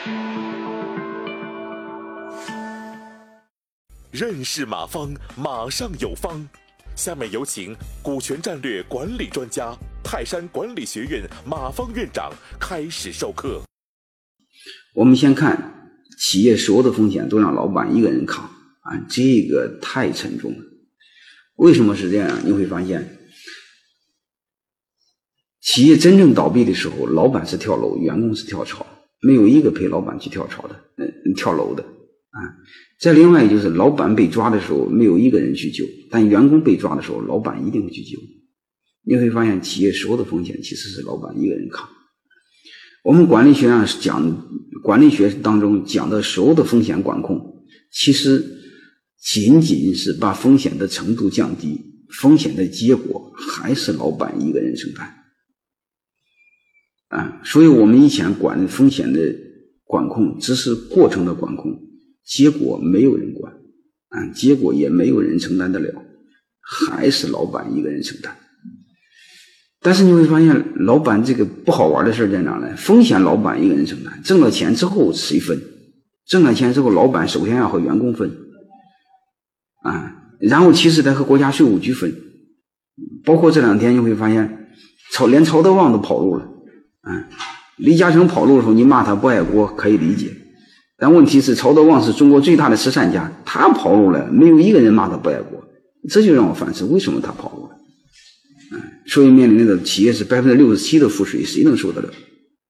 认识马方，马上有方。下面有请股权战略管理专家、泰山管理学院马方院长开始授课。 我们先看企业所有的风险都让老板一个人扛啊，这个太沉重了。为什么是这样？你会发现，企业真正倒闭的时候，老板是跳楼，员工是跳槽，没有一个陪老板去跳楼的啊。再另外就是老板被抓的时候，没有一个人去救，但员工被抓的时候，老板一定会去救。你会发现，企业所有的风险其实是老板一个人扛。我们管理学上讲，管理学当中讲的所有的风险管控，其实仅仅是把风险的程度降低，风险的结果还是老板一个人承担啊。所以我们以前管风险的管控只是过程的管控，结果没有人管啊，结果也没有人承担得了，还是老板一个人承担。但是你会发现，老板这个不好玩的事在哪呢？风险老板一个人承担，挣了钱之后谁分？挣了钱之后，老板首先要和员工分啊，然后其实得和国家税务局分。包括这两天你会发现，连曹德旺都跑路了啊。李嘉诚跑路的时候，你骂他不爱国可以理解，但问题是曹德旺是中国最大的慈善家，他跑路了，没有一个人骂他不爱国，这就让我反思为什么他跑路了。所以面临的企业是67%的赋税，谁能受得了？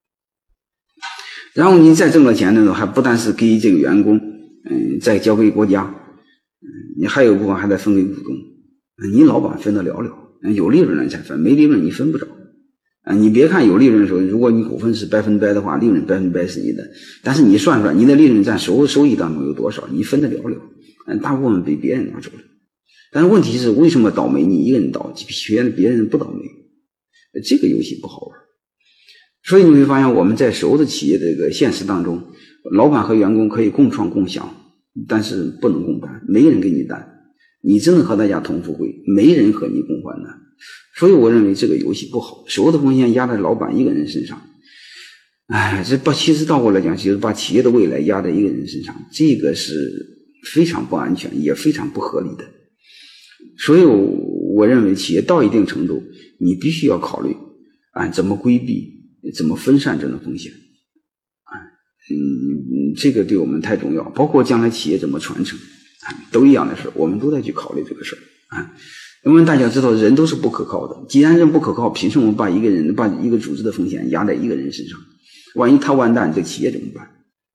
然后你再挣了钱呢，还不但是给这个员工，再交给国家，你还有一部分还得分给股东，你老板分得了，有利润了才分，没利润你分不着。你别看有利润的时候，如果你股份是100%的话，利润100%是你的，但是你算算你的利润占收益当中有多少，你分得了，大部分被别人拿走了。但是问题是，为什么倒霉你一个人倒，别人不倒霉？这个游戏不好玩。所以你会发现，我们在所有的企业这个现实当中，老板和员工可以共创共享，但是不能共担，没人给你担。你真的和大家同富贵，没人和你共患难。所以我认为这个游戏不好，所有的风险压在老板一个人身上。其实倒过来讲，就是把企业的未来压在一个人身上，这个是非常不安全，也非常不合理的。所以我认为企业到一定程度，你必须要考虑怎么规避，怎么分散这种风险这个对我们太重要，包括将来企业怎么传承都一样的事，我们都在去考虑这个事因为大家知道人都是不可靠的，既然人不可靠，凭什么把一个组织的风险压在一个人身上？万一他完蛋，这企业怎么办？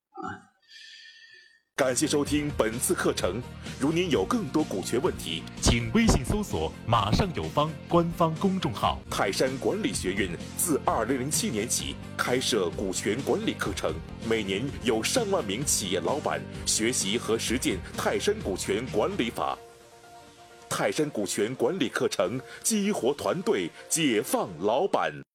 感谢收听本次课程。如您有更多股权问题，请微信搜索“马上有方”官方公众号。泰山管理学院自2007年起开设股权管理课程，每年有上万名企业老板学习和实践泰山股权管理法。泰山股权管理课程激活团队，解放老板。